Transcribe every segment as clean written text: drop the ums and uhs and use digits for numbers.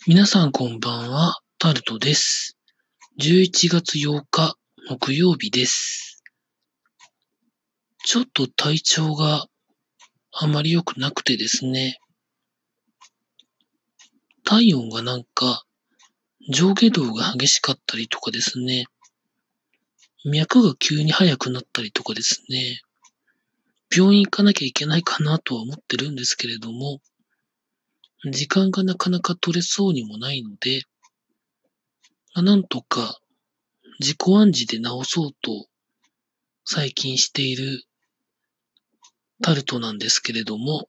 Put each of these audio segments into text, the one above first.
皆さんこんばんは、タルトです。11月8日、木曜日です。ちょっと体調があまり良くなくてですね、体温が上下動が激しかったりとかですね、脈が急に速くなったりとかですね、病院行かなきゃいけないかなとは思ってるんですけれども、時間がなかなか取れそうにもないので、なんとか自己暗示で治そうと最近しているタルトなんですけれども、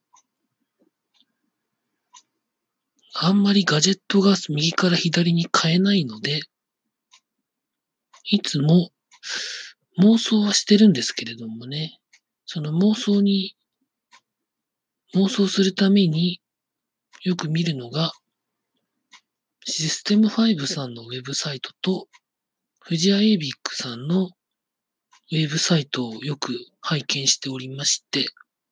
あんまりガジェットが右から左に変えないので、いつも妄想はしてるんですけれどもね、その妄想するためによく見るのが、システム5さんのウェブサイトと、フジアエイビックさんのウェブサイトをよく拝見しておりまして、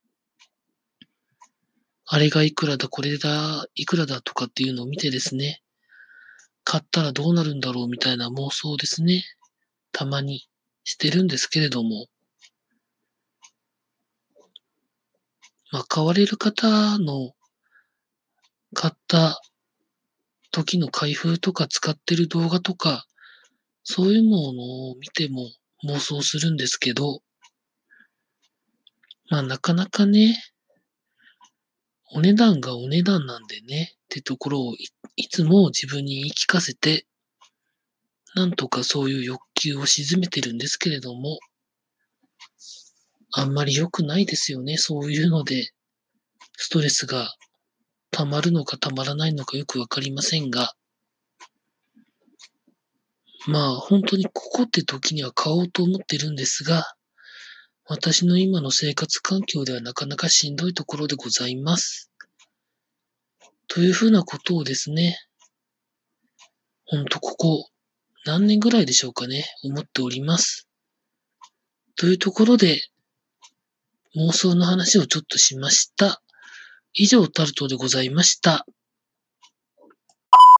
あれがいくらだ、これだ、いくらだとかっていうのを見てですね、買ったらどうなるんだろうみたいな妄想をですね、たまにしてるんですけれども、買われる方の買った時の開封とか使ってる動画とか、そういうものを見ても妄想するんですけど、なかなかね、お値段がお値段なんでね、ってところをいつも自分に言い聞かせて、なんとかそういう欲求を鎮めてるんですけれども、あんまり良くないですよね。そういうので、ストレスが溜まるのか溜まらないのかよくわかりませんが、本当にここって時には買おうと思ってるんですが、私の今の生活環境ではなかなかしんどいところでございます。というふうなことをですね、ほんとここ何年ぐらいでしょうかね、思っております。というところで、妄想の話をちょっとしました。以上タルトでございました。